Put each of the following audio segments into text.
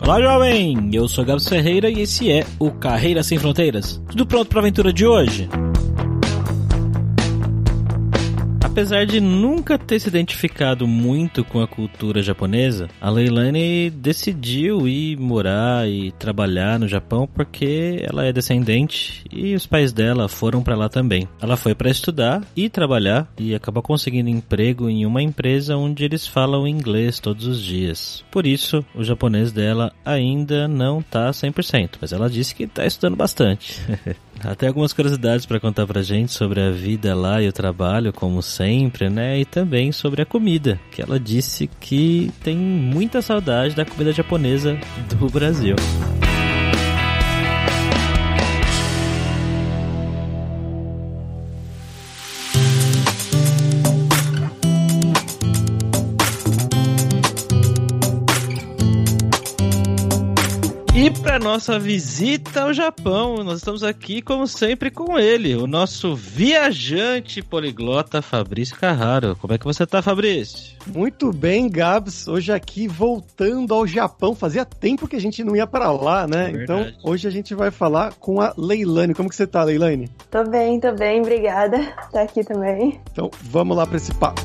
Olá, jovem! Eu sou Gabs Ferreira e esse é o Carreira Sem Fronteiras. Tudo pronto para a aventura de hoje? Apesar de nunca ter se identificado muito com a cultura japonesa, a Leilani decidiu ir morar e trabalhar no Japão porque ela é descendente e os pais dela foram para lá também. Ela foi para estudar e trabalhar e acabou conseguindo emprego em uma empresa onde eles falam inglês todos os dias. Por isso, o japonês dela ainda não tá 100%, mas ela disse que tá estudando bastante. Até algumas curiosidades para contar pra gente sobre a vida lá e o trabalho, como sempre, né? E também sobre a comida, que ela disse que tem muita saudade da comida japonesa do Brasil. E para nossa visita ao Japão, nós estamos aqui, como sempre, com ele, o nosso viajante poliglota Fabrício Carraro. Como é que você tá, Fabrício? Muito bem, Gabs. Hoje aqui, voltando ao Japão. Fazia tempo que a gente não ia para lá, né? Então, hoje a gente vai falar com a Leilani. Como que você tá, Leilani? Tô bem, obrigada. Tá aqui também. Então, vamos lá para esse papo.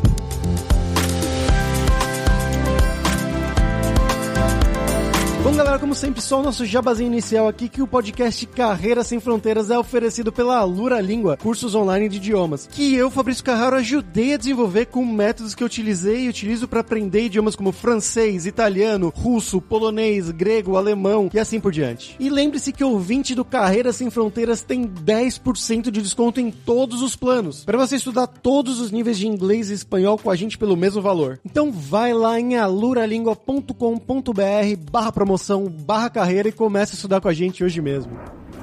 Bom, galera, como sempre, só o nosso jabazinho inicial aqui, que o podcast Carreira Sem Fronteiras é oferecido pela Alura Língua, cursos online de idiomas, que eu, Fabrício Carraro, ajudei a desenvolver com métodos que eu utilizei e utilizo para aprender idiomas como francês, italiano, russo, polonês, grego, alemão e assim por diante. E lembre-se que o ouvinte do Carreira Sem Fronteiras tem 10% de desconto em todos os planos, para você estudar todos os níveis de inglês e espanhol com a gente pelo mesmo valor. Então vai lá em aluralingua.com.br/promoção/carreira e comece a estudar com a gente hoje mesmo.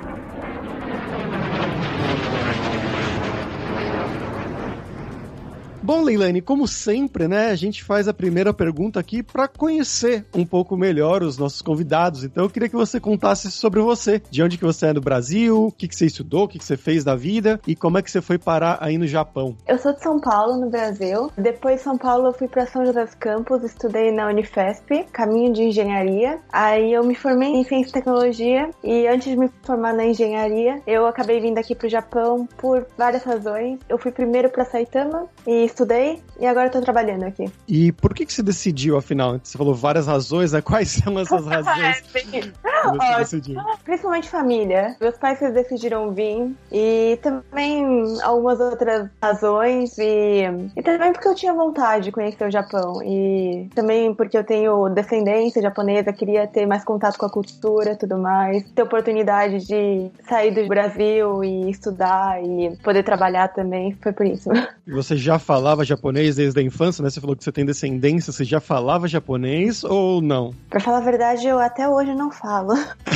Bom, Leilani, como sempre, né, a gente faz a primeira pergunta aqui para conhecer um pouco melhor os nossos convidados. Então eu queria que você contasse sobre você, de onde que você é no Brasil, o que você estudou, o que você fez da vida e como é que você foi parar aí no Japão. Eu sou de São Paulo, no Brasil. Depois de São Paulo eu fui para São José dos Campos, estudei na Unifesp, caminho de engenharia. Aí eu me formei em ciência e tecnologia e antes de me formar na engenharia, eu acabei vindo aqui pro Japão por várias razões. Eu fui primeiro para Saitama e estudei e agora eu tô trabalhando aqui. E por que você decidiu, afinal? Você falou várias razões, né? Quais são essas razões que você decidiu? Principalmente família. Meus pais decidiram vir e também algumas outras razões e também porque eu tinha vontade de conhecer o Japão e também porque eu tenho descendência japonesa, queria ter mais contato com a cultura e tudo mais, ter oportunidade de sair do Brasil e estudar e poder trabalhar também, foi por isso. E você já falava japonês desde a infância, né? Você falou que você tem descendência, você já falava japonês ou não? Pra falar a verdade, eu até hoje não falo.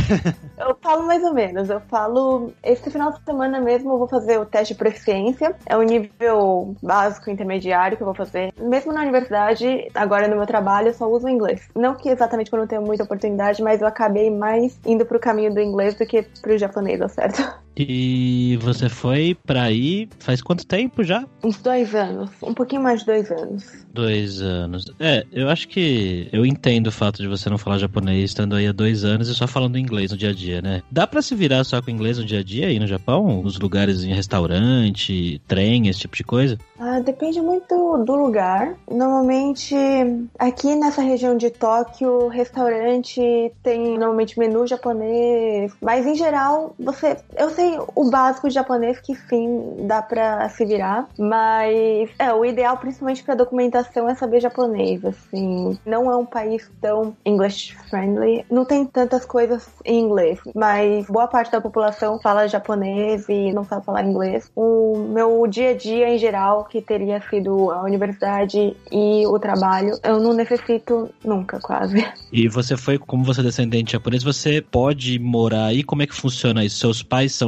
Eu falo mais ou menos, eu falo... Esse final de semana mesmo eu vou fazer o teste de proficiência, é um nível básico, intermediário que eu vou fazer. Mesmo na universidade, agora no meu trabalho, eu só uso o inglês. Não que exatamente porque eu não tenho muita oportunidade, mas eu acabei mais indo pro caminho do inglês do que pro japonês, ao certo. E você foi pra aí faz quanto tempo já? Uns 2 anos, um pouquinho mais de 2 anos. 2 anos. Eu acho que eu entendo o fato de você não falar japonês estando aí há 2 anos e só falando inglês no dia a dia, né? Dá pra se virar só com inglês no dia a dia aí no Japão? Os lugares em restaurante, trem, esse tipo de coisa? Depende muito do lugar. Normalmente, aqui nessa região de Tóquio, restaurante tem normalmente menu japonês, mas em geral, eu sei o básico de japonês que sim, dá pra se virar, mas o ideal principalmente pra documentação é saber japonês, assim. Não é um país tão English friendly, não tem tantas coisas em inglês, mas boa parte da população fala japonês e não sabe falar inglês. O meu dia a dia em geral, que teria sido a universidade e o trabalho, eu não necessito nunca, quase. E você foi, como você é descendente japonês, você pode morar aí? Como é que funciona isso? Seus pais são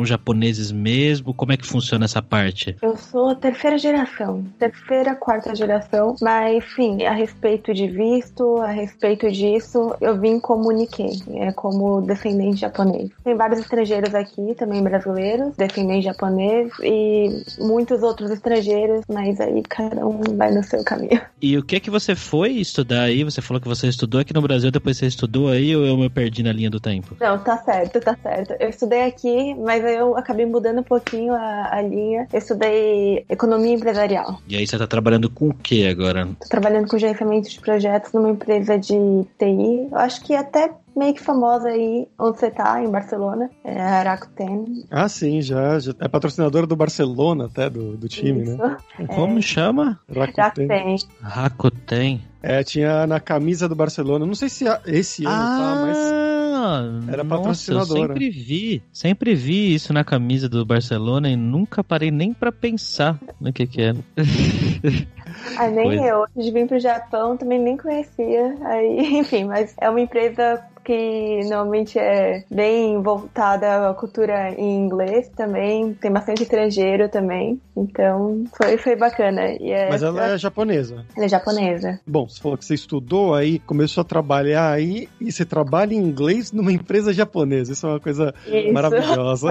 são japoneses mesmo? Como é que funciona essa parte? Eu sou terceira, quarta geração, mas enfim, a respeito de visto, a respeito disso, eu vim como Nikkei, como descendente japonês. Tem vários estrangeiros aqui, também brasileiros, descendente japonês, e muitos outros estrangeiros, mas aí cada um vai no seu caminho. E o que você foi estudar aí? Você falou que você estudou aqui no Brasil, depois você estudou aí, ou eu me perdi na linha do tempo? Não, tá certo. Eu estudei aqui, mas eu acabei mudando um pouquinho a linha. Eu estudei economia empresarial. E aí você tá trabalhando com o que agora? Tô trabalhando com gerenciamento de projetos numa empresa de TI. Eu acho que até meio que famosa aí onde você tá, em Barcelona, é a Rakuten. Ah, sim, já é patrocinadora do Barcelona até, do time, Isso. né? Como chama? Rakuten. Tinha na camisa do Barcelona, não sei se esse ano tá, mas era patrocinadora. Eu sempre vi isso na camisa do Barcelona e nunca parei nem pra pensar no que era. Nem eu. Antes de vir pro Japão, também nem conhecia. Aí, enfim, mas é uma empresa que normalmente é bem voltada à cultura em inglês também, tem bastante estrangeiro também, então foi bacana. Mas ela é japonesa? Ela é japonesa. Bom, você falou que você estudou aí, começou a trabalhar aí, e você trabalha em inglês numa empresa japonesa, isso é uma coisa maravilhosa.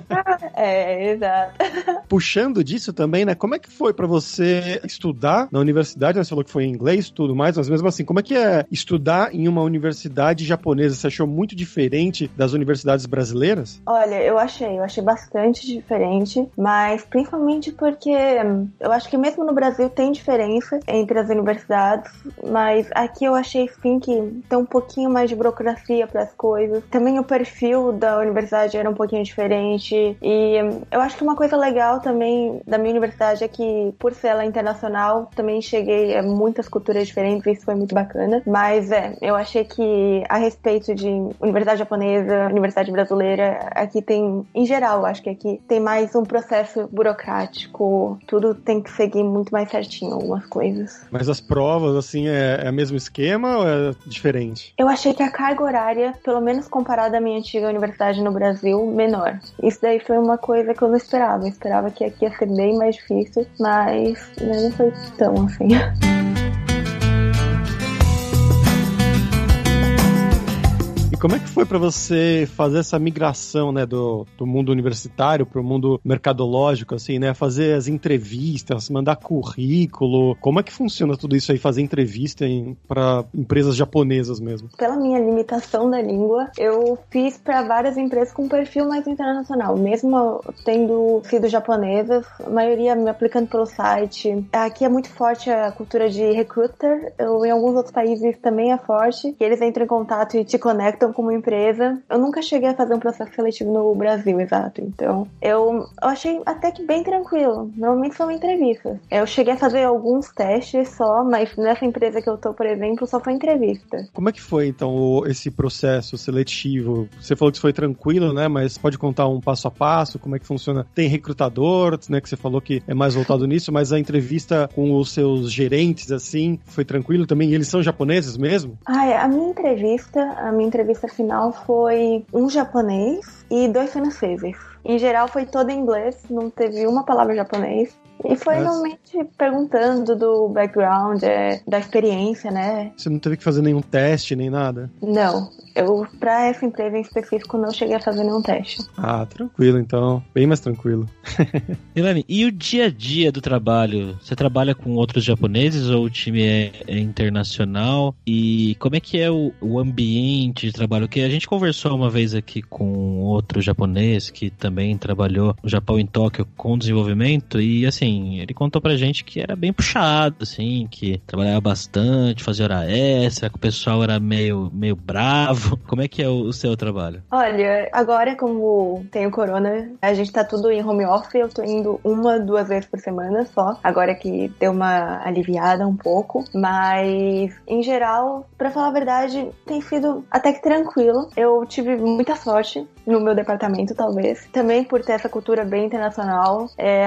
Exato. Puxando disso também, né, como é que foi pra você estudar na universidade, né, você falou que foi em inglês e tudo mais, mas mesmo assim, como é que é estudar em uma universidade japonesa? Você achou muito diferente das universidades brasileiras? Olha, eu achei bastante diferente, mas principalmente porque eu acho que mesmo no Brasil tem diferença entre as universidades, mas aqui eu achei sim que tem um pouquinho mais de burocracia para as coisas. Também o perfil da universidade era um pouquinho diferente e eu acho que uma coisa legal também da minha universidade é que, por ser ela internacional, também cheguei a muitas culturas diferentes e isso foi muito bacana, mas eu achei que a respeito de universidade japonesa, universidade brasileira, aqui tem, em geral, acho que aqui tem mais um processo burocrático, tudo tem que seguir muito mais certinho, algumas coisas. Mas as provas, assim, é o mesmo esquema ou é diferente? Eu achei que a carga horária, pelo menos comparada à minha antiga universidade no Brasil, menor. Isso daí foi uma coisa que eu não esperava. Eu esperava que aqui ia ser bem mais difícil, mas não foi tão assim. Como é que foi para você fazer essa migração, né, do mundo universitário para o mundo mercadológico, assim, né, fazer as entrevistas, mandar currículo? Como é que funciona tudo isso aí, fazer entrevista para empresas japonesas mesmo? Pela minha limitação da língua, eu fiz para várias empresas com perfil mais internacional, mesmo tendo sido japonesas, a maioria me aplicando pelo site. Aqui é muito forte a cultura de recruiter, em alguns outros países também é forte, que eles entram em contato e te conectam como empresa. Eu nunca cheguei a fazer um processo seletivo no Brasil, exato. Então, eu achei até que bem tranquilo. Normalmente são entrevistas. Eu cheguei a fazer alguns testes só, mas nessa empresa que eu tô, por exemplo, só foi entrevista. Como é que foi, então, esse processo seletivo? Você falou que foi tranquilo, né? Mas pode contar um passo a passo? Como é que funciona? Tem recrutador, né? Que você falou que é mais voltado nisso, mas a entrevista com os seus gerentes, assim, foi tranquilo também? Eles são japoneses mesmo? A minha entrevista final foi um japonês e 2 franceses. Em geral foi todo em inglês, não teve uma palavra japonês. E foi realmente perguntando do background, da experiência, né? Você não teve que fazer nenhum teste, nem nada? Não. Eu, pra essa empresa em específico, não cheguei a fazer nenhum teste. Ah, tranquilo então. Bem mais tranquilo. Elaine, e o dia a dia do trabalho? Você trabalha com outros japoneses ou o time é internacional? E como é que é o ambiente de trabalho? Porque a gente conversou uma vez aqui com outro japonês que também trabalhou no Japão, em Tóquio, com desenvolvimento e, assim, ele contou pra gente que era bem puxado, assim, que trabalhava bastante, fazia hora extra, que o pessoal era meio bravo. Como é que é o seu trabalho? Olha, agora como tem o corona, a gente tá tudo em home office, eu tô indo 1-2 vezes por semana só, agora que deu uma aliviada um pouco, mas em geral, pra falar a verdade, tem sido até que tranquilo. Eu tive muita sorte no meu departamento, talvez. Também por ter essa cultura bem internacional.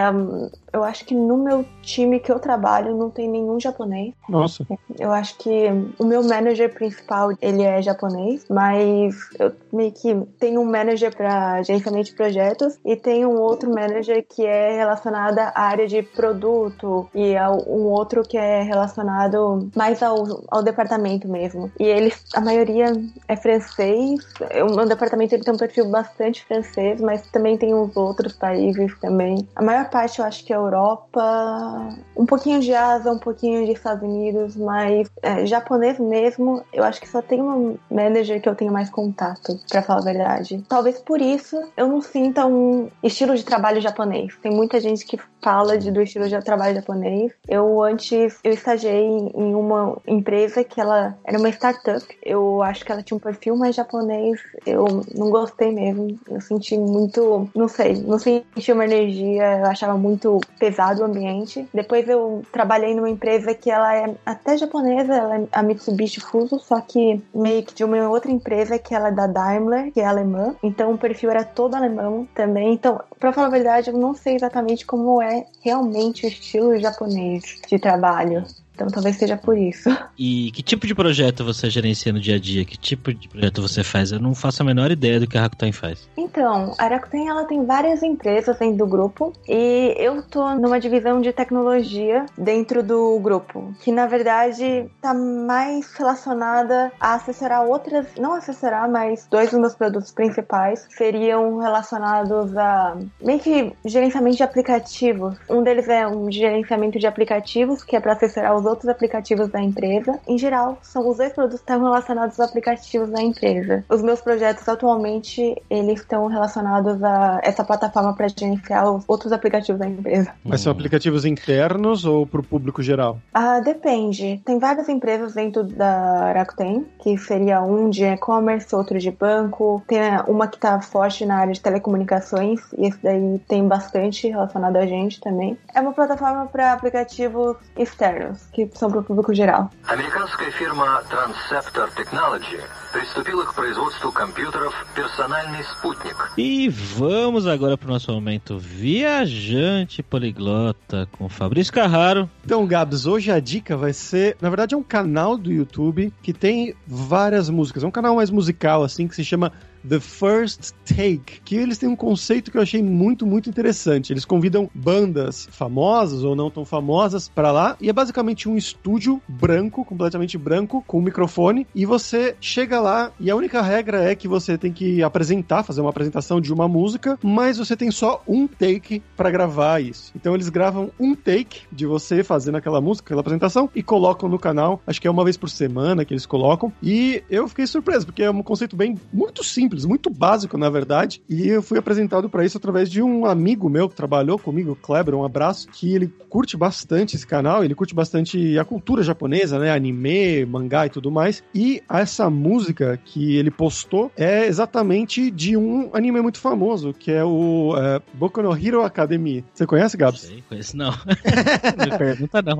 Eu acho que no meu time que eu trabalho não tem nenhum japonês. Nossa. Eu acho que o meu manager principal, ele é japonês, mas eu meio que tenho um manager para gerenciamento de projetos e tenho um outro manager que é relacionado à área de produto e um outro que é relacionado mais ao departamento mesmo. E a maioria é francês. O meu departamento ele tem um perfil bastante francês, mas também tem uns outros países também. A maior parte eu acho que é Europa, um pouquinho de Ásia, um pouquinho de Estados Unidos, mas japonês mesmo, eu acho que só tem uma manager que eu tenho mais contato, pra falar a verdade. Talvez por isso eu não sinta um estilo de trabalho japonês. Tem muita gente que fala do estilo de trabalho japonês. Eu estagiei em uma empresa que ela era uma startup. Eu acho que ela tinha um perfil mais japonês. Eu não gostei mesmo. Eu senti muito, não senti uma energia. Eu achava muito pesado o ambiente. Depois eu trabalhei numa empresa que ela é até japonesa, ela é a Mitsubishi Fuso, só que meio que de uma outra empresa que ela é da Daimler, que é alemã. Então o perfil era todo alemão também. Então, pra falar a verdade, eu não sei exatamente como é realmente o estilo japonês de trabalho. Então talvez seja por isso. E que tipo de projeto você gerencia no dia a dia? Que tipo de projeto você faz? Eu não faço a menor ideia do que a Rakuten faz. Então, a Rakuten ela tem várias empresas dentro do grupo e eu tô numa divisão de tecnologia dentro do grupo, que na verdade tá mais relacionada a assessorar outras, não assessorar, mas dois dos meus produtos principais seriam relacionados a meio que gerenciamento de aplicativos. Um deles é um gerenciamento de aplicativos, que é para assessorar os outros aplicativos da empresa. Em geral, são os dois produtos que estão relacionados aos aplicativos da empresa. Os meus projetos atualmente, eles estão relacionados a essa plataforma para gerenciar os outros aplicativos da empresa. Mas são aplicativos internos ou para o público geral? Depende. Tem várias empresas dentro da Rakuten, que seria um de e-commerce, outro de banco. Tem uma que está forte na área de telecomunicações, e esse daí tem bastante relacionado a gente também. É uma plataforma para aplicativos externos, que são para o público geral. Американская фирма Transceptor Technology приступила к производству компьютеров «Персональный спутник». E vamos agora para o nosso momento viajante poliglota com Fabrício Carraro. Então, Gabs, hoje a dica vai ser... Na verdade, é um canal do YouTube que tem várias músicas. É um canal mais musical, assim, que se chama The First Take, que eles têm um conceito que eu achei muito, muito interessante. Eles convidam bandas famosas ou não tão famosas pra lá, e é basicamente um estúdio branco, completamente branco, com um microfone, e você chega lá, e a única regra é que você tem que fazer uma apresentação de uma música, mas você tem só um take pra gravar isso. Então eles gravam um take de você fazendo aquela música, aquela apresentação, e colocam no canal. Acho que é uma vez por semana que eles colocam, e eu fiquei surpreso, porque é um conceito muito simples, muito básico, na verdade, e eu fui apresentado para isso através de um amigo meu que trabalhou comigo, o Kleber, um abraço, que ele curte bastante esse canal, ele curte bastante a cultura japonesa, né, anime, mangá e tudo mais, e essa música que ele postou é exatamente de um anime muito famoso, que é o Boku no Hero Academy. Você conhece, Gabs? Sei, conheço não. Não me pergunta não.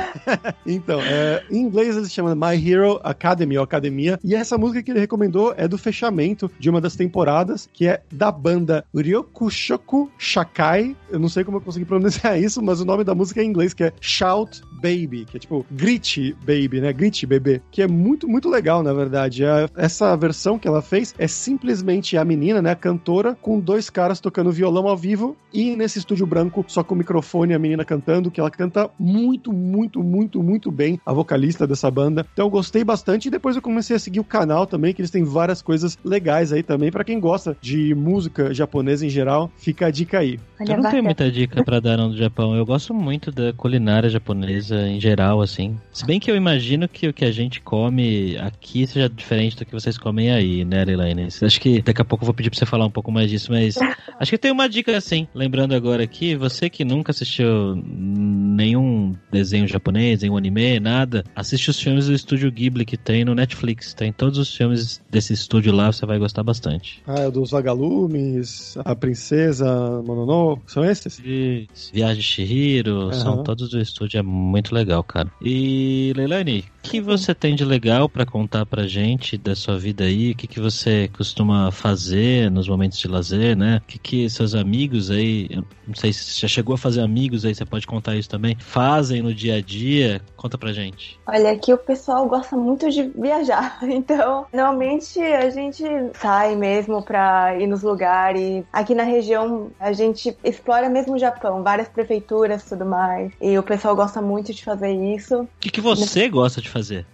Então, em inglês ele se chama My Hero Academy, ou Academia, e essa música que ele recomendou é do fechamento de uma das temporadas, que é da banda Ryokushoku Shakai. Eu não sei como eu consegui pronunciar isso, mas o nome da música é em inglês, que é Shout Baby, que é tipo Grite Baby, né? Grite Bebê, que é muito, muito legal, na verdade. Essa versão que ela fez é simplesmente a menina, né? A cantora, com dois caras tocando violão ao vivo, e nesse estúdio branco, só com o microfone, a menina cantando, que ela canta muito, muito, muito, muito bem, a vocalista dessa banda. Então eu gostei bastante, e depois eu comecei a seguir o canal também, que eles têm várias coisas legais aí também, pra quem gosta de música japonesa em geral, fica a dica aí. Eu não tenho muita dica pra dar não do Japão. Eu gosto muito da culinária japonesa em geral, assim. Se bem que eu imagino que o que a gente come aqui seja diferente do que vocês comem aí, né, Elaine? Acho que daqui a pouco eu vou pedir pra você falar um pouco mais disso, mas acho que tem uma dica assim. Lembrando agora aqui, você que nunca assistiu nenhum desenho japonês, nenhum anime, nada, assiste os filmes do Estúdio Ghibli que tem no Netflix. Tem todos os filmes desse estúdio lá, você vai gostar bastante. É dos Vagalumes, a Princesa Mononoke, são esses? Isso. Viagem de Chihiro, são todos do estúdio, é muito legal, cara. E, Leilani, que você tem de legal pra contar pra gente da sua vida aí? O que você costuma fazer nos momentos de lazer, né? O que seus amigos aí, eu não sei se já chegou a fazer amigos aí, você pode contar isso também, fazem no dia a dia? Conta pra gente. Olha, aqui o pessoal gosta muito de viajar, então normalmente a gente sai mesmo pra ir nos lugares. Aqui na região a gente explora mesmo o Japão, várias prefeituras e tudo mais, e o pessoal gosta muito de fazer isso. O que você gosta de fazer?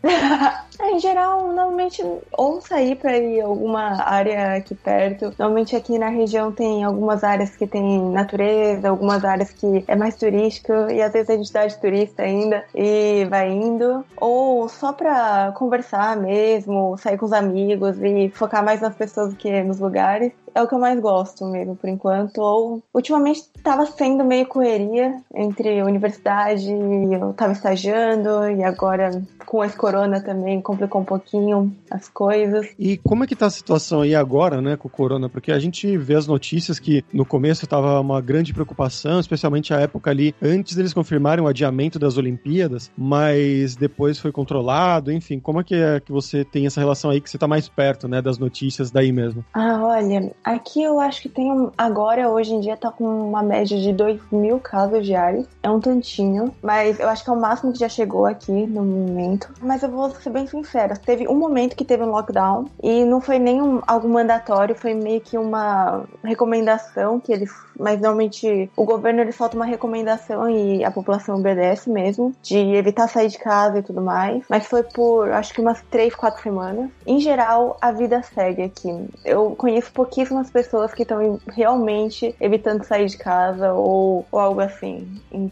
Em geral, normalmente ou sair pra ir a alguma área aqui perto. Normalmente aqui na região tem algumas áreas que tem natureza, algumas áreas que é mais turística, e às vezes a gente dá de turista ainda e vai indo. Ou só pra conversar mesmo, sair com os amigos e focar mais nas pessoas do que nos lugares. É o que eu mais gosto mesmo, por enquanto. Ou, ultimamente, tava sendo meio correria entre universidade, eu tava estagiando, e agora, com esse corona também, complicou um pouquinho as coisas. E como é que tá a situação aí agora, né, com o corona? Porque a gente vê as notícias que, no começo, tava uma grande preocupação, especialmente a época ali, antes deles confirmarem o adiamento das Olimpíadas, mas depois foi controlado, enfim. Como é que você tem essa relação aí, que você tá mais perto, né, das notícias daí mesmo? Olha, aqui eu acho que tem agora, hoje em dia, tá com uma média de 2.000 casos diários. É um tantinho, mas eu acho que é o máximo que já chegou aqui no momento. Mas eu vou ser bem sincera, teve um momento que teve um lockdown e não foi nem algo mandatório, foi meio que uma recomendação que eles... Mas normalmente o governo ele solta uma recomendação e a população obedece mesmo, de evitar sair de casa e tudo mais. Mas foi por, acho que umas 3, 4 semanas. Em geral, a vida segue aqui. Eu conheço pouquíssimas pessoas que estão realmente evitando sair de casa ou algo assim.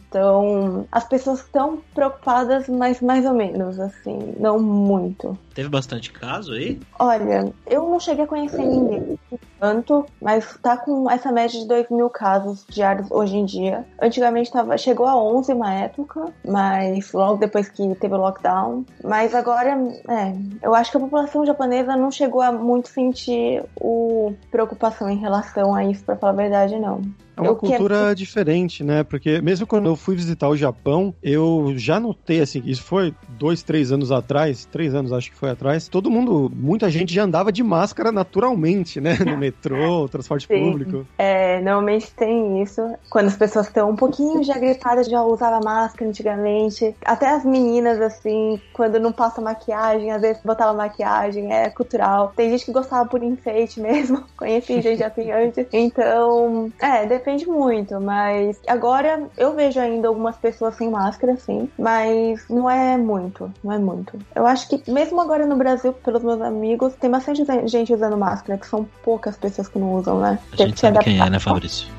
Então, as pessoas estão preocupadas, mas mais ou menos, assim, não muito. Teve bastante caso aí? Olha, eu não cheguei a conhecer ninguém tanto, mas tá com essa média de 2.000 casos diários hoje em dia. Antigamente chegou a 11 uma época, mas logo depois que teve o lockdown. Mas agora, eu acho que a população japonesa não chegou a muito sentir preocupação em relação a isso, pra falar a verdade, não. É uma cultura diferente, né? Porque mesmo quando eu fui visitar o Japão, eu já notei, assim, isso foi 2, 3 anos atrás, 3 anos acho que foi atrás, muita gente já andava de máscara naturalmente, né? No metrô, transporte público. Normalmente tem isso. Quando as pessoas estão um pouquinho já gripadas, já usava máscara antigamente. Até as meninas, assim, quando não passa maquiagem, às vezes botava maquiagem, é cultural. Tem gente que gostava por enfeite mesmo, conheci gente assim antes. Então, depende muito, mas agora eu vejo ainda algumas pessoas sem máscara, sim, mas não é muito. Eu acho que mesmo agora no Brasil, pelos meus amigos, tem bastante gente usando máscara, que são poucas pessoas que não usam, né? A gente sabe quem é, né, Fabrício?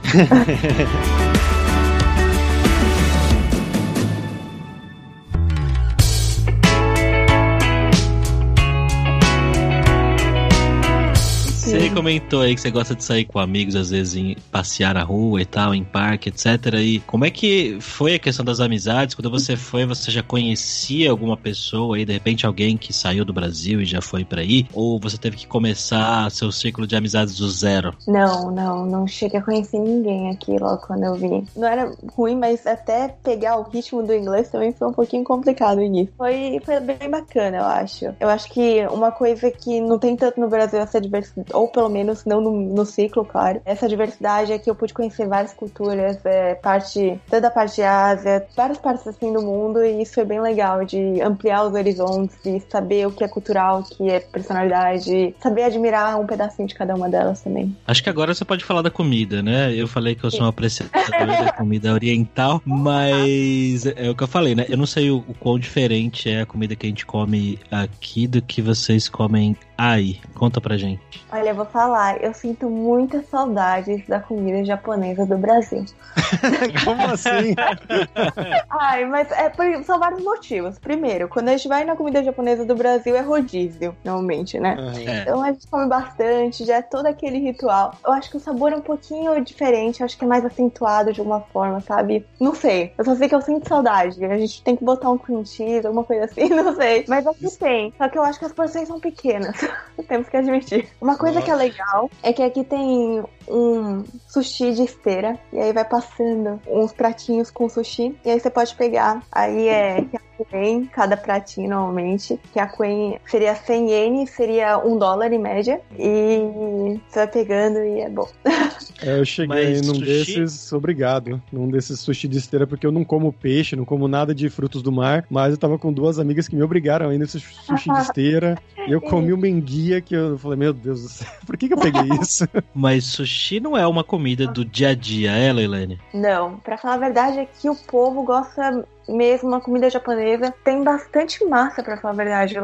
Você comentou aí que você gosta de sair com amigos, às vezes passear na rua e tal, em parque, etc. E como é que foi a questão das amizades? Quando você foi, você já conhecia alguma pessoa aí, de repente alguém que saiu do Brasil e já foi pra aí? Ou você teve que começar seu ciclo de amizades do zero? Não cheguei a conhecer ninguém aqui logo quando eu vim. Não era ruim, mas até pegar o ritmo do inglês também foi um pouquinho complicado no início. Foi bem bacana, eu acho. Eu acho que uma coisa que não tem tanto no Brasil é essa diversidade, ou pelo menos não no ciclo, claro. Essa diversidade é que eu pude conhecer várias culturas, tanto da parte de Ásia, várias partes assim do mundo, e isso foi bem legal, de ampliar os horizontes, de saber o que é cultural, o que é personalidade, saber admirar um pedacinho de cada uma delas também. Acho que agora você pode falar da comida, né? Eu falei que eu sou uma apreciadora da comida oriental, mas é o que eu falei, né? Eu não sei o quão diferente é a comida que a gente come aqui do que vocês comem aí. Conta pra gente. Olha, eu vou falar, eu sinto muitas saudades da comida japonesa do Brasil. Como assim? Mas são vários motivos. Primeiro, quando a gente vai na comida japonesa do Brasil é rodízio, normalmente, né? Então a gente come bastante, já é todo aquele ritual. Eu acho que o sabor é um pouquinho diferente, eu acho que é mais acentuado de alguma forma, sabe? Não sei, eu só sei que eu sinto saudade. A gente tem que botar um cream cheese, alguma coisa assim, não sei. Mas aqui tem, só que eu acho que as porções são pequenas. Temos que admitir. Uma coisa que é legal é que aqui tem um sushi de esteira, e aí vai passando uns pratinhos com sushi, e aí você pode pegar, aí Queen, cada pratinho normalmente, que a Queen seria 100 ienes, seria $1 em média, e você vai pegando e é bom. Eu cheguei num desses, obrigado, num desses sushi de esteira, porque eu não como peixe, não como nada de frutos do mar, mas eu tava com 2 amigas que me obrigaram ainda esse sushi de esteira, e eu comi uma enguia que eu falei, meu Deus do céu, por que eu peguei isso? Mas sushi não é uma comida do dia a dia, é, Leilane? Não, pra falar a verdade é que o povo gosta mesmo, a comida japonesa tem bastante massa, pra falar a verdade.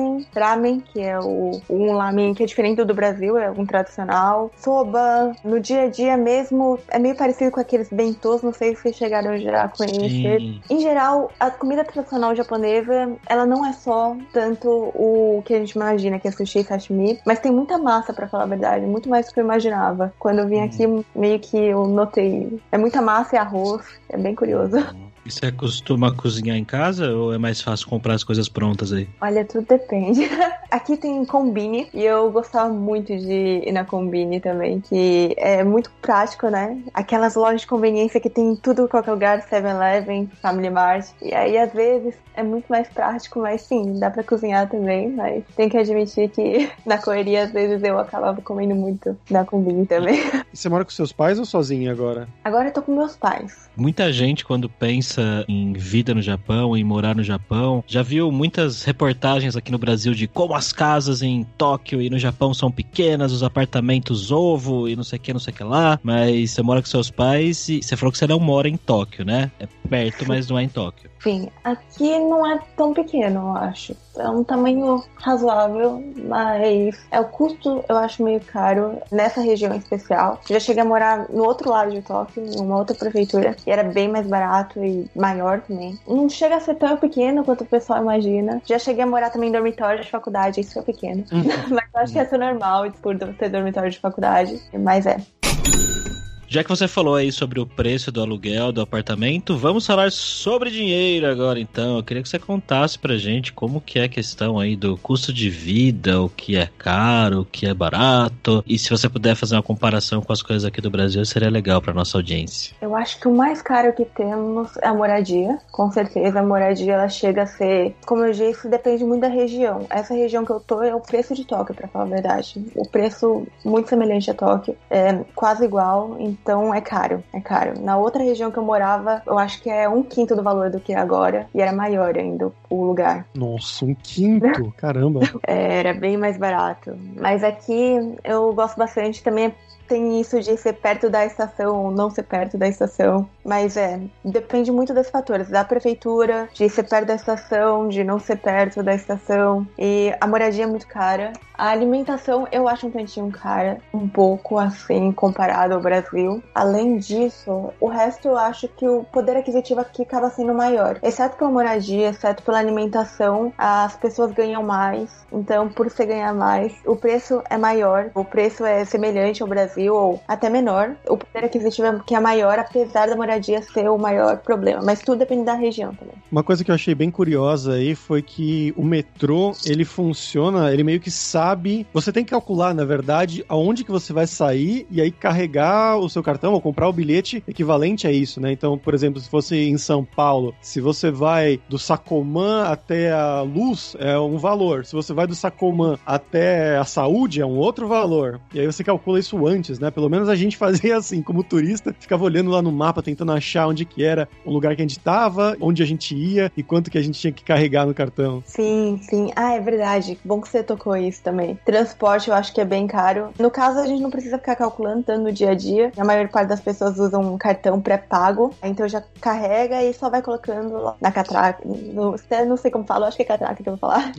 Ramen, que é um ramen que é diferente do Brasil, é um tradicional. Soba, no dia a dia mesmo, é meio parecido com aqueles bentôs, não sei se vocês chegaram já a conhecer. Sim. Em geral, a comida tradicional japonesa, ela não é só tanto o que a gente imagina, que é sushi e sashimi, mas tem muita massa, pra falar a verdade, muito mais do que eu imaginava. Quando eu vim aqui, meio que eu notei. É muita massa e arroz, é bem curioso. E você costuma cozinhar em casa ou é mais fácil comprar as coisas prontas aí? Olha, tudo depende. Aqui tem Combini e eu gostava muito de ir na Combini também, que é muito prático, né? Aquelas lojas de conveniência que tem tudo em qualquer lugar, 7-Eleven, Family Mart. E aí, às vezes, é muito mais prático, mas sim, dá pra cozinhar também. Mas tem que admitir que na correria, às vezes, eu acabava comendo muito na Combini também. E você mora com seus pais ou sozinha agora? Agora eu tô com meus pais. Muita gente, quando pensa em vida no Japão, em morar no Japão, já viu muitas reportagens aqui no Brasil de como as casas em Tóquio e no Japão são pequenas, os apartamentos ovo e não sei o que lá, mas você mora com seus pais e você falou que você não mora em Tóquio, né? É perto, mas não é em Tóquio. Enfim, aqui não é tão pequeno, eu acho. É um tamanho razoável, mas o custo eu acho meio caro nessa região em especial. Já cheguei a morar no outro lado de Tóquio, em uma outra prefeitura, e era bem mais barato e maior também. Não chega a ser tão pequeno quanto o pessoal imagina. Já cheguei a morar também em dormitório de faculdade, isso é pequeno. Mas eu acho que essa é normal, por ter dormitório de faculdade, mas é. Já que você falou aí sobre o preço do aluguel do apartamento, vamos falar sobre dinheiro agora então. Eu queria que você contasse pra gente como que é a questão aí do custo de vida, o que é caro, o que é barato. E se você puder fazer uma comparação com as coisas aqui do Brasil, seria legal pra nossa audiência. Eu acho que o mais caro que temos é a moradia. Com certeza, a moradia ela chega a ser, como eu disse, depende muito da região. Essa região que eu tô é o preço de Tóquio, pra falar a verdade. O preço muito semelhante a Tóquio, é quase igual. Então é caro. Na outra região que eu morava, eu acho que é 1/5 do valor do que é agora. E era maior ainda o lugar. Nossa, 1/5? Caramba. Era bem mais barato. Mas aqui eu gosto bastante também. Tem isso de ser perto da estação ou não ser perto da estação. Mas depende muito dos fatores. Da prefeitura, de ser perto da estação, de não ser perto da estação. E a moradia é muito cara. A alimentação eu acho um tantinho cara. Um pouco assim, comparado ao Brasil. Além disso, o resto eu acho que o poder aquisitivo aqui acaba sendo maior. Exceto pela moradia, exceto pela alimentação, as pessoas ganham mais. Então, por você ganhar mais, o preço é maior. O preço é semelhante ao Brasil ou até menor. O poder aquisitivo que é maior, apesar da moradia ser o maior problema. Mas tudo depende da região também. Uma coisa que eu achei bem curiosa aí foi que o metrô, ele funciona, ele meio que sabe... Você tem que calcular, na verdade, aonde que você vai sair e aí carregar o seu cartão ou comprar o bilhete equivalente a isso, né? Então, por exemplo, se fosse em São Paulo, se você vai do Sacomã até a Luz, é um valor. Se você vai do Sacomã até a Saúde, é um outro valor. E aí você calcula isso antes, né? Pelo menos a gente fazia assim, como turista, ficava olhando lá no mapa, tentando achar onde que era o lugar que a gente tava, onde a gente ia e quanto que a gente tinha que carregar no cartão. Sim. Ah, é verdade. Bom que você tocou isso também. Transporte eu acho que é bem caro. No caso, a gente não precisa ficar calculando tanto no dia a dia. A maior parte das pessoas usam um cartão pré-pago, então já carrega e só vai colocando lá na catraca. Não sei como falo, acho que é catraca que eu vou falar.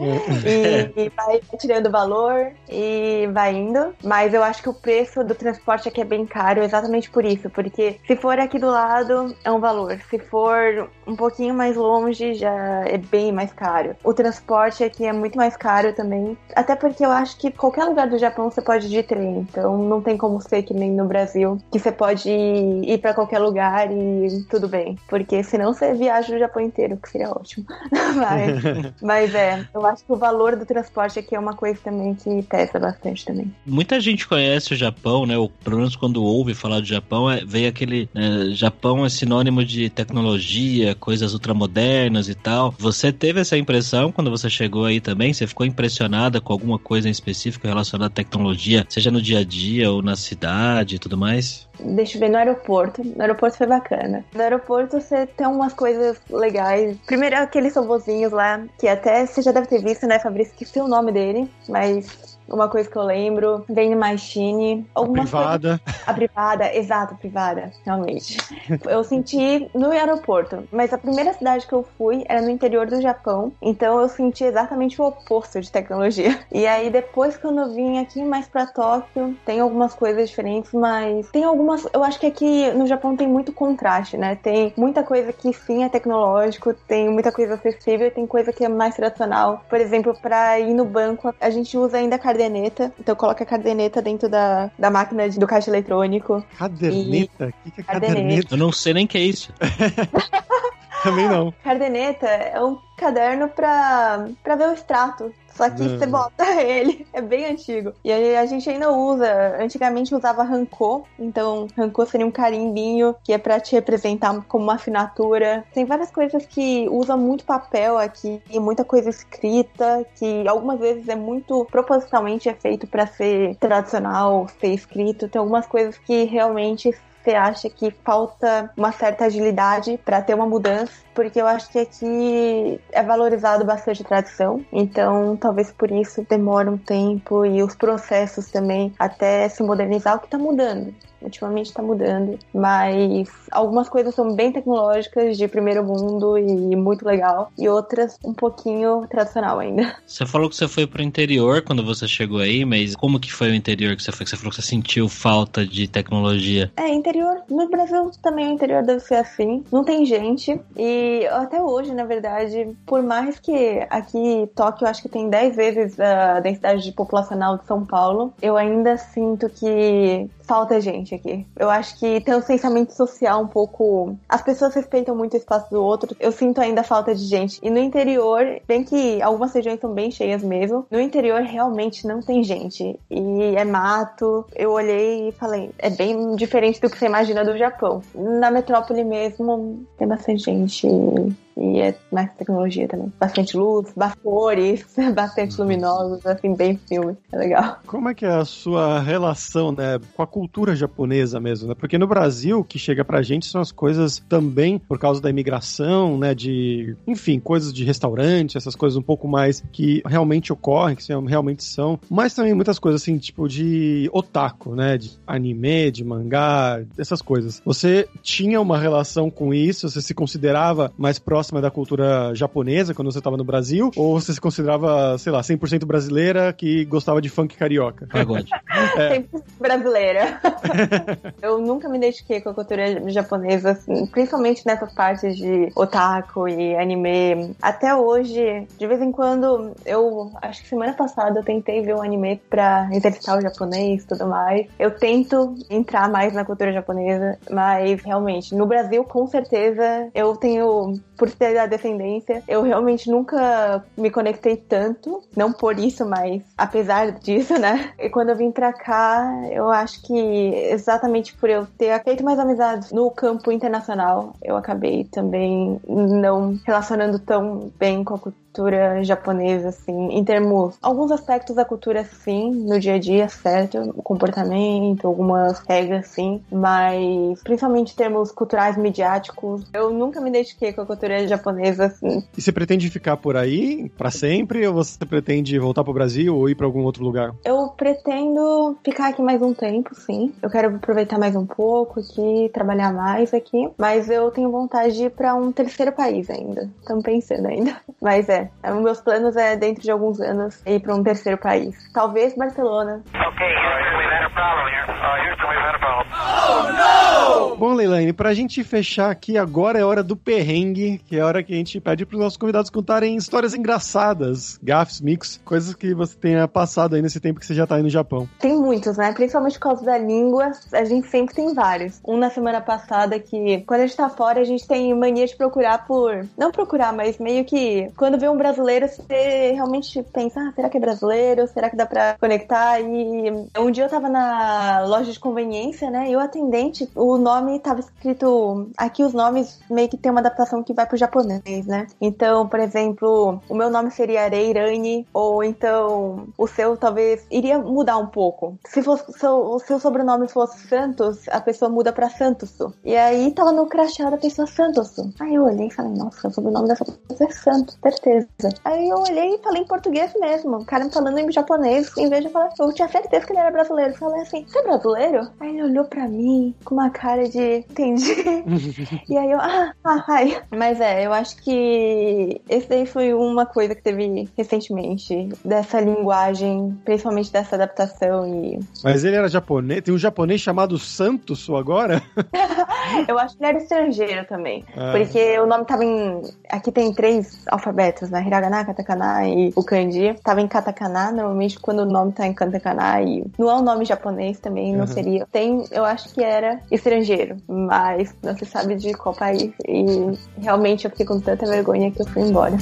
E vai tirando o valor e vai indo. Mas eu acho que o preço do transporte aqui é bem caro exatamente por isso, porque se for aqui do lado é um valor, se for um pouquinho mais longe já é bem mais caro. O transporte aqui é muito mais caro também, até porque eu acho que qualquer lugar do Japão você pode ir de trem, então não tem como ser que nem no Brasil, que você pode ir pra qualquer lugar e tudo bem. Porque senão você viaja o Japão inteiro, que seria ótimo. Mas eu acho que o valor do transporte aqui é uma coisa também que pesa bastante também. Muita gente conhece o Japão, né? Ou pelo menos quando ouve falar do Japão, veio aquele... Japão é sinônimo de tecnologia, coisas ultramodernas e tal. Você teve essa impressão quando você chegou aí também? Você ficou impressionada com alguma coisa em específico relacionada à tecnologia, seja no dia a dia ou na cidade e tudo mais? Deixa eu ver, no aeroporto. No aeroporto foi bacana. No aeroporto você tem umas coisas legais. Primeiro é aqueles robozinhos lá, que até você já deve ter visto, né, Fabrício? Esqueci o nome dele, mas... Uma coisa que eu lembro, Vending Machine. A privada. A privada, exato, privada, realmente. Eu senti no aeroporto, mas a primeira cidade que eu fui era no interior do Japão, então eu senti exatamente o oposto de tecnologia. E aí depois quando eu vim aqui mais pra Tóquio, tem algumas coisas diferentes, mas tem algumas... Eu acho que aqui no Japão tem muito contraste, né? Tem muita coisa que sim é tecnológico, tem muita coisa acessível e tem coisa que é mais tradicional. Por exemplo, pra ir no banco, a gente usa ainda caderneta, então coloca a caderneta dentro da máquina do caixa eletrônico. Caderneta? O que é caderneta? Eu não sei nem o que é isso. Também não. Caderneta é um caderno pra ver o extrato. Só que você bota ele, é bem antigo. E aí a gente ainda usa, antigamente usava Hankô, então Hankô seria um carimbinho que é pra te representar como uma assinatura. Tem várias coisas que usam muito papel aqui, e muita coisa escrita, que algumas vezes é muito propositalmente feito pra ser tradicional, ser escrito. Tem algumas coisas que realmente você acha que falta uma certa agilidade para ter uma mudança, porque eu acho que aqui é valorizado bastante a tradição, então talvez por isso demora um tempo e os processos também até se modernizar, o que tá mudando. Ultimamente está mudando, mas algumas coisas são bem tecnológicas, de primeiro mundo e muito legal, e outras um pouquinho tradicional ainda. Você falou que você foi pro interior quando você chegou aí, mas como que foi o interior que você foi? Que você falou que você sentiu falta de tecnologia. Interior, no Brasil também o interior deve ser assim, não tem gente, e até hoje, na verdade, por mais que aqui Tóquio acho que tem 10 vezes a densidade populacional de São Paulo, eu ainda sinto que falta gente aqui. Eu acho que tem um distanciamento social um pouco... As pessoas respeitam muito o espaço do outro. Eu sinto ainda falta de gente. E no interior, bem que algumas regiões são bem cheias mesmo, no interior realmente não tem gente. E é mato. Eu olhei e falei, é bem diferente do que você imagina do Japão. Na metrópole mesmo, tem bastante gente... E é mais tecnologia também. Bastante luz, cores, bastante luminosos, assim, bem filme. É legal. Como é que é a sua relação, né, com a cultura japonesa mesmo, né? Porque no Brasil, o que chega pra gente são as coisas também por causa da imigração, né, de... Enfim, coisas de restaurante, essas coisas um pouco mais que realmente ocorrem, que realmente são. Mas também muitas coisas, assim, tipo de otaku, né? De anime, de mangá, essas coisas. Você tinha uma relação com isso? Você se considerava mais próxima da cultura japonesa quando você estava no Brasil? Ou você se considerava, sei lá, 100% brasileira que gostava de funk carioca? Pagode. 100% brasileira. Eu nunca me identifiquei com a cultura japonesa, assim, principalmente nessas partes de otaku e anime. Até hoje, de vez em quando, eu acho que semana passada eu tentei ver um anime pra exercitar o japonês e tudo mais. Eu tento entrar mais na cultura japonesa, mas realmente, no Brasil, com certeza, eu tenho... Por ter a descendência, eu realmente nunca me conectei tanto, não por isso, mas apesar disso, né? E quando eu vim pra cá, eu acho que exatamente por eu ter feito mais amizades no campo internacional, eu acabei também não relacionando tão bem com a cultura japonesa, assim, em termos... Alguns aspectos da cultura, sim, no dia a dia, certo? O comportamento, algumas regras, sim, mas principalmente em termos culturais, midiáticos, eu nunca me identifiquei com a cultura japonesa, assim. E você pretende ficar por aí pra sempre, ou você pretende voltar pro Brasil ou ir pra algum outro lugar? Eu pretendo ficar aqui mais um tempo, sim. Eu quero aproveitar mais um pouco aqui, trabalhar mais aqui, mas eu tenho vontade de ir pra um terceiro país ainda. Estamos pensando ainda. Mas os meus planos é dentro de alguns anos ir pra um terceiro país. Talvez Barcelona. Okay, we've had a problem here. Here's Bom, Leilani, pra gente fechar aqui, agora é hora do perrengue, que é a hora que a gente pede pros nossos convidados contarem histórias engraçadas, gafes, micos, coisas que você tenha passado aí nesse tempo que você já tá aí no Japão. Tem muitos, né? Principalmente por causa da língua, a gente sempre tem vários. Um na semana passada que, quando a gente tá fora, a gente tem mania de procurar por... Não procurar, mas meio que... Quando vê um brasileiro, você realmente pensa, será que é brasileiro? Será que dá pra conectar? E um dia eu tava na loja de conveniência, né? E o atendente, o nome tava escrito... Aqui os nomes meio que tem uma adaptação que vai pro japonês, né? Então, por exemplo, o meu nome seria Reirani, ou então o seu talvez iria mudar um pouco. Se o seu sobrenome fosse Santos, a pessoa muda pra Santosu. E aí tava no crachá da pessoa Santosu. Aí eu olhei e falei, nossa, o sobrenome dessa pessoa é Santos, certeza. Aí eu olhei e falei em português mesmo. O cara me falando em japonês, em vez de falar, eu tinha certeza que ele era brasileiro. Eu falei assim, você é brasileiro? Aí ele olhou pra mim com uma cara de, entendi. E aí eu, ai. Mas eu acho que esse daí foi uma coisa que teve recentemente, dessa linguagem, principalmente dessa adaptação e... Mas ele era japonês? Tem um japonês chamado Santos agora? Eu acho que ele era estrangeiro também. Porque o nome tava em... Aqui tem 3 alfabetos, né? Hiragana, katakana e o kanji. Tava em katakana, normalmente quando o nome tá em katakana e não é um nome japonês também, não seria. Eu acho que era estrangeiro, mas não se sabe de qual país. E realmente eu fiquei com tanta vergonha que eu fui embora.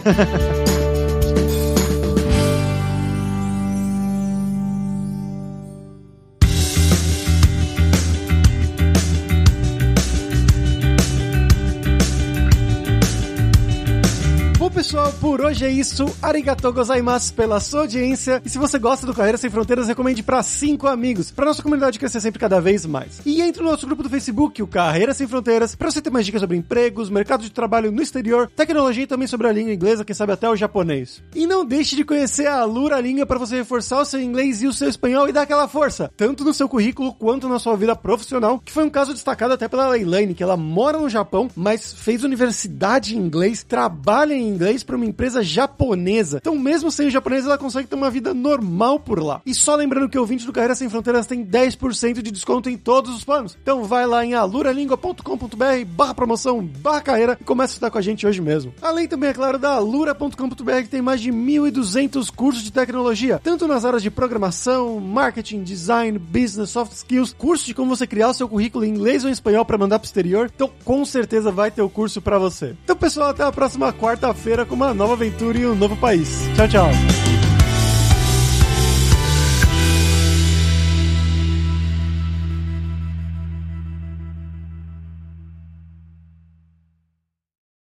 Pessoal, por hoje é isso. Arigatou gozaimasu pela sua audiência. E se você gosta do Carreira Sem Fronteiras, recomende para 5 amigos, para nossa comunidade crescer sempre cada vez mais. E entre no nosso grupo do Facebook, o Carreira Sem Fronteiras, para você ter mais dicas sobre empregos, mercado de trabalho no exterior, tecnologia e também sobre a língua inglesa, quem sabe até o japonês. E não deixe de conhecer a Alura Língua para você reforçar o seu inglês e o seu espanhol e dar aquela força, tanto no seu currículo quanto na sua vida profissional, que foi um caso destacado até pela Leilani, que ela mora no Japão, mas fez universidade em inglês, trabalha em inglês para uma empresa japonesa. Então, mesmo sem o japonês, ela consegue ter uma vida normal por lá. E só lembrando que o ouvinte do Carreira Sem Fronteiras tem 10% de desconto em todos os planos. Então, vai lá em aluralingua.com.br/promoção/carreira e começa a estudar com a gente hoje mesmo. Além também, é claro, da alura.com.br, que tem mais de 1.200 cursos de tecnologia, tanto nas áreas de programação, marketing, design, business, soft skills, curso de como você criar o seu currículo em inglês ou em espanhol para mandar pro exterior. Então, com certeza vai ter o curso para você. Então, pessoal, até a próxima quarta-feira com uma nova aventura e um novo país. Tchau, tchau.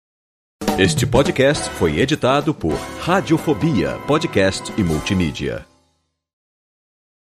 Este podcast foi editado por Radiofobia, podcast e multimídia.